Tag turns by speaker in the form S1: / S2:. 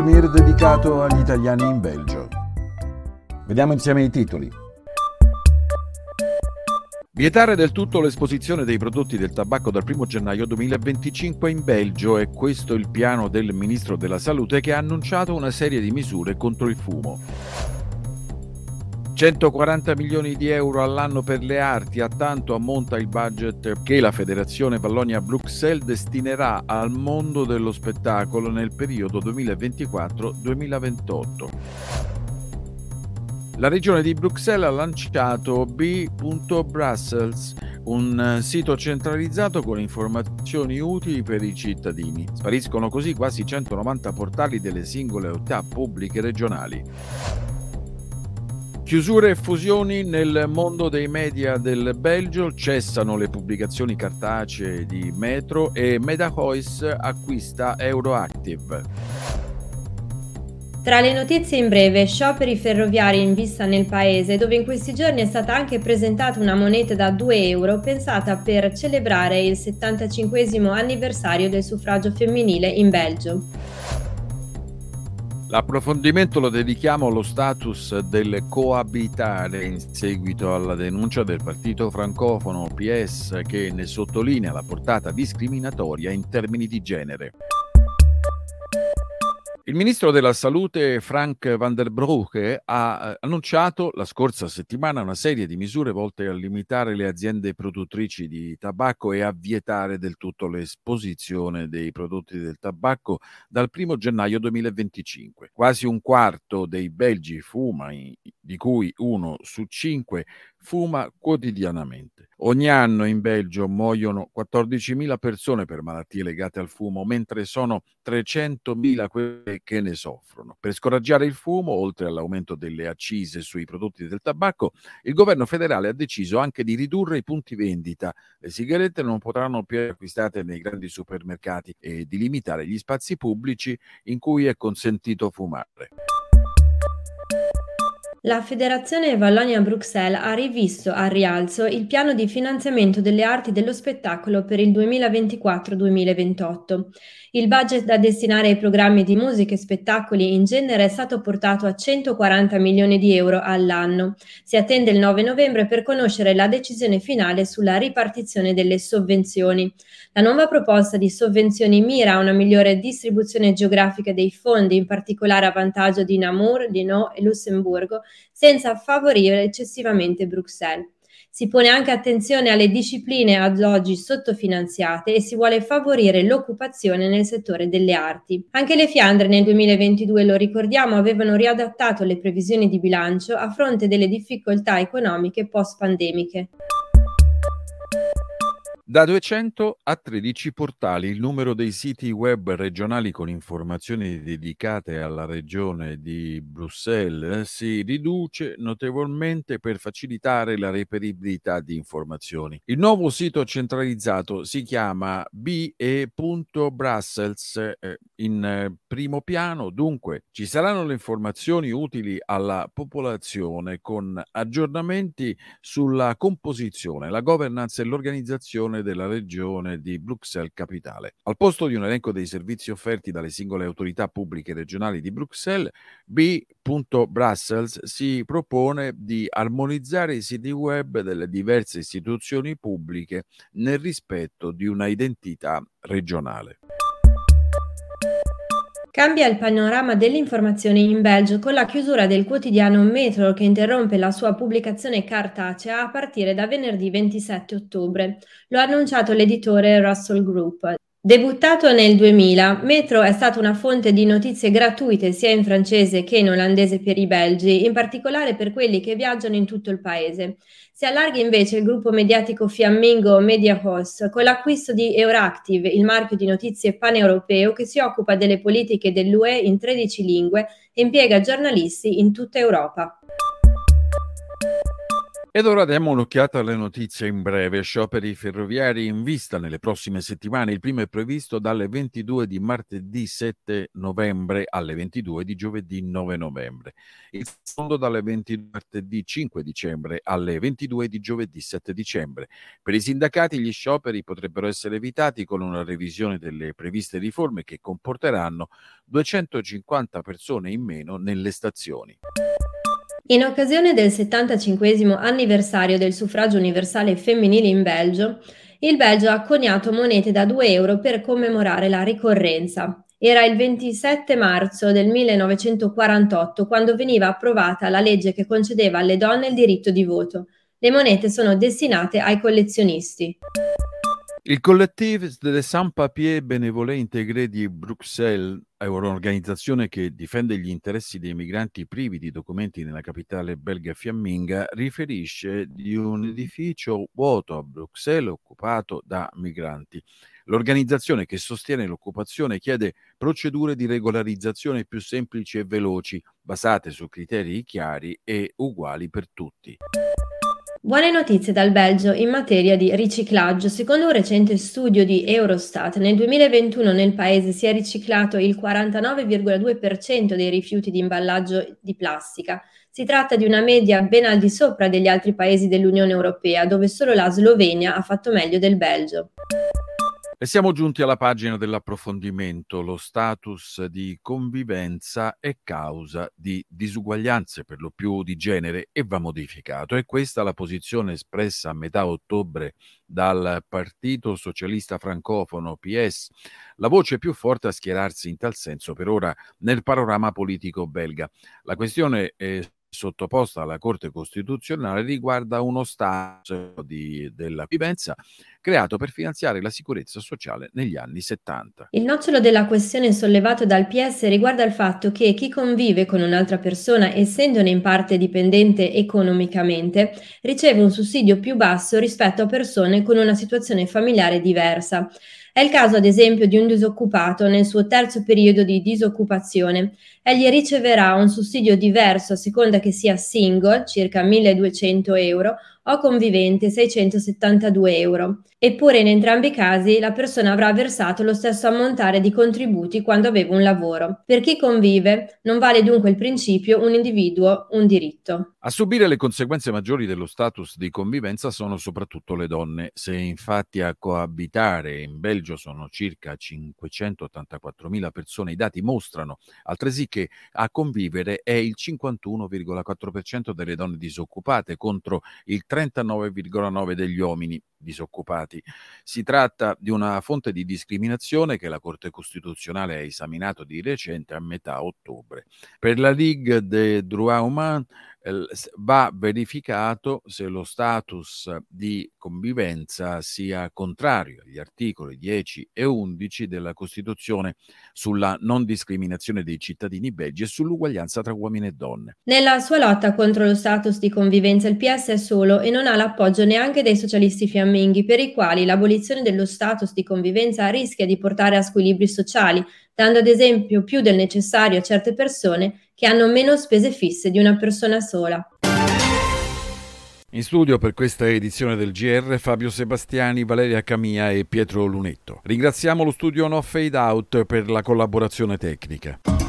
S1: souvenir dedicato agli italiani in Belgio. Vediamo insieme i titoli. Vietare del tutto l'esposizione dei prodotti del tabacco dal 1 gennaio 2025 in Belgio è questo il piano del Ministro della Salute, che ha annunciato una serie di misure contro il fumo. 140 milioni di euro all'anno per le arti, a tanto ammonta il budget che la Federazione Wallonia-Bruxelles destinerà al mondo dello spettacolo nel periodo 2024-2028. La regione di Bruxelles ha lanciato B.Brussels, un sito centralizzato con informazioni utili per i cittadini. Spariscono così quasi 190 portali delle singole autorità pubbliche regionali. Chiusure e fusioni nel mondo dei media del Belgio, cessano le pubblicazioni cartacee di Metro e Medahois acquista Euroactive.
S2: Tra le notizie in breve, scioperi ferroviari in vista nel paese, dove in questi giorni è stata anche presentata una moneta da 2 euro pensata per celebrare il 75° anniversario del suffragio femminile in Belgio.
S1: L'approfondimento lo dedichiamo allo status del coabitare in seguito alla denuncia del partito francofono PS, che ne sottolinea la portata discriminatoria in termini di genere. Il ministro della Salute Frank van der Broeke ha annunciato la scorsa settimana una serie di misure volte a limitare le aziende produttrici di tabacco e a vietare del tutto l'esposizione dei prodotti del tabacco dal 1 gennaio 2025. Quasi un quarto dei belgi fuma, di cui 1 su 5 fuma quotidianamente. Ogni anno in Belgio muoiono 14.000 persone per malattie legate al fumo, mentre sono 300.000 quelle che ne soffrono. Per scoraggiare il fumo, oltre all'aumento delle accise sui prodotti del tabacco, il governo federale ha deciso anche di ridurre i punti vendita. Le sigarette non potranno più essere acquistate nei grandi supermercati e di limitare gli spazi pubblici in cui è consentito fumare.
S2: La Federazione Wallonia-Bruxelles ha rivisto al rialzo il piano di finanziamento delle arti dello spettacolo per il 2024-2028. Il budget da destinare ai programmi di musica e spettacoli in genere è stato portato a 140 milioni di euro all'anno. Si attende il 9 novembre per conoscere la decisione finale sulla ripartizione delle sovvenzioni. La nuova proposta di sovvenzioni mira a una migliore distribuzione geografica dei fondi, in particolare a vantaggio di Namur, Dinant e Lussemburgo, senza favorire eccessivamente Bruxelles. Si pone anche attenzione alle discipline ad oggi sottofinanziate e si vuole favorire l'occupazione nel settore delle arti. Anche le Fiandre nel 2022, lo ricordiamo, avevano riadattato le previsioni di bilancio a fronte delle difficoltà economiche post-pandemiche.
S1: Da 200 a 13 portali il numero dei siti web regionali con informazioni dedicate alla regione di Bruxelles si riduce notevolmente per facilitare la reperibilità di informazioni. Il nuovo sito centralizzato si chiama be.brussels in primo piano, dunque ci saranno le informazioni utili alla popolazione con aggiornamenti sulla composizione, la governance e l'organizzazione della regione di Bruxelles Capitale. Al posto di un elenco dei servizi offerti dalle singole autorità pubbliche regionali di Bruxelles, B.Brussels si propone di armonizzare i siti web delle diverse istituzioni pubbliche nel rispetto di una identità regionale.
S2: Cambia il panorama delle informazioni in Belgio con la chiusura del quotidiano Metro, che interrompe la sua pubblicazione cartacea a partire da venerdì 27 ottobre. Lo ha annunciato l'editore Russell Group. Debuttato nel 2000, Metro è stata una fonte di notizie gratuite sia in francese che in olandese per i belgi, in particolare per quelli che viaggiano in tutto il paese. Si allarga invece il gruppo mediatico fiammingo Mediahost con l'acquisto di Euractiv, il marchio di notizie paneuropeo che si occupa delle politiche dell'UE in 13 lingue e impiega giornalisti in tutta Europa.
S1: Ed ora diamo un'occhiata alle notizie in breve. Scioperi ferroviari in vista nelle prossime settimane. Il primo è previsto dalle 22 di martedì 7 novembre alle 22 di giovedì 9 novembre. Il secondo dalle 22 di martedì 5 dicembre alle 22 di giovedì 7 dicembre. Per i sindacati gli scioperi potrebbero essere evitati con una revisione delle previste riforme che comporteranno 250 persone in meno nelle stazioni.
S2: In occasione del 75° anniversario del suffragio universale femminile in Belgio, il Belgio ha coniato monete da 2 euro per commemorare la ricorrenza. Era il 27 marzo del 1948 quando veniva approvata la legge che concedeva alle donne il diritto di voto. Le monete sono destinate ai collezionisti.
S1: Il Collectif des Sans-Papiers Bénévolés Intégrés di Bruxelles è un'organizzazione che difende gli interessi dei migranti privi di documenti nella capitale belga fiamminga, riferisce di un edificio vuoto a Bruxelles occupato da migranti. L'organizzazione che sostiene l'occupazione chiede procedure di regolarizzazione più semplici e veloci, basate su criteri chiari e uguali per tutti.
S2: Buone notizie dal Belgio in materia di riciclaggio. Secondo un recente studio di Eurostat, nel 2021 nel paese si è riciclato il 49,2% dei rifiuti di imballaggio di plastica. Si tratta di una media ben al di sopra degli altri paesi dell'Unione Europea, dove solo la Slovenia ha fatto meglio del Belgio.
S1: E siamo giunti alla pagina dell'approfondimento. Lo status di convivenza è causa di disuguaglianze, per lo più di genere, e va modificato. È questa la posizione espressa a metà ottobre dal Partito Socialista Francofono, PS, la voce più forte a schierarsi in tal senso per ora nel panorama politico belga. La questione è sottoposta alla Corte Costituzionale riguarda uno status della convivenza creato per finanziare la sicurezza sociale negli anni 70.
S2: Il nocciolo della questione sollevato dal PS riguarda il fatto che chi convive con un'altra persona, essendone in parte dipendente economicamente, riceve un sussidio più basso rispetto a persone con una situazione familiare diversa. È il caso, ad esempio, di un disoccupato nel suo terzo periodo di disoccupazione. Egli riceverà un sussidio diverso a seconda che sia single, circa 1.200 euro, o convivente, 672 euro. Eppure in entrambi i casi la persona avrà versato lo stesso ammontare di contributi quando aveva un lavoro. Per chi convive non vale dunque il principio un individuo, un diritto.
S1: A subire le conseguenze maggiori dello status di convivenza sono soprattutto le donne. Se infatti a coabitare in Belgio sono circa 584.000 persone, i dati mostrano altresì che a convivere è il 51,4% delle donne disoccupate contro il 39,9% degli uomini disoccupati. Si tratta di una fonte di discriminazione che la Corte Costituzionale ha esaminato di recente a metà ottobre. Per la Ligue des Droits Humains va verificato se lo status di convivenza sia contrario agli articoli 10 e 11 della Costituzione sulla non discriminazione dei cittadini belgi e sull'uguaglianza tra uomini e donne.
S2: Nella sua lotta contro lo status di convivenza il PS è solo e non ha l'appoggio neanche dei socialisti fiamminghi, per i quali l'abolizione dello status di convivenza rischia di portare a squilibri sociali, dando ad esempio più del necessario a certe persone che hanno meno spese fisse di una persona sola.
S1: In studio per questa edizione del GR Fabio Sebastiani, Valeria Camia e Pietro Lunetto. Ringraziamo lo studio No Fade Out per la collaborazione tecnica.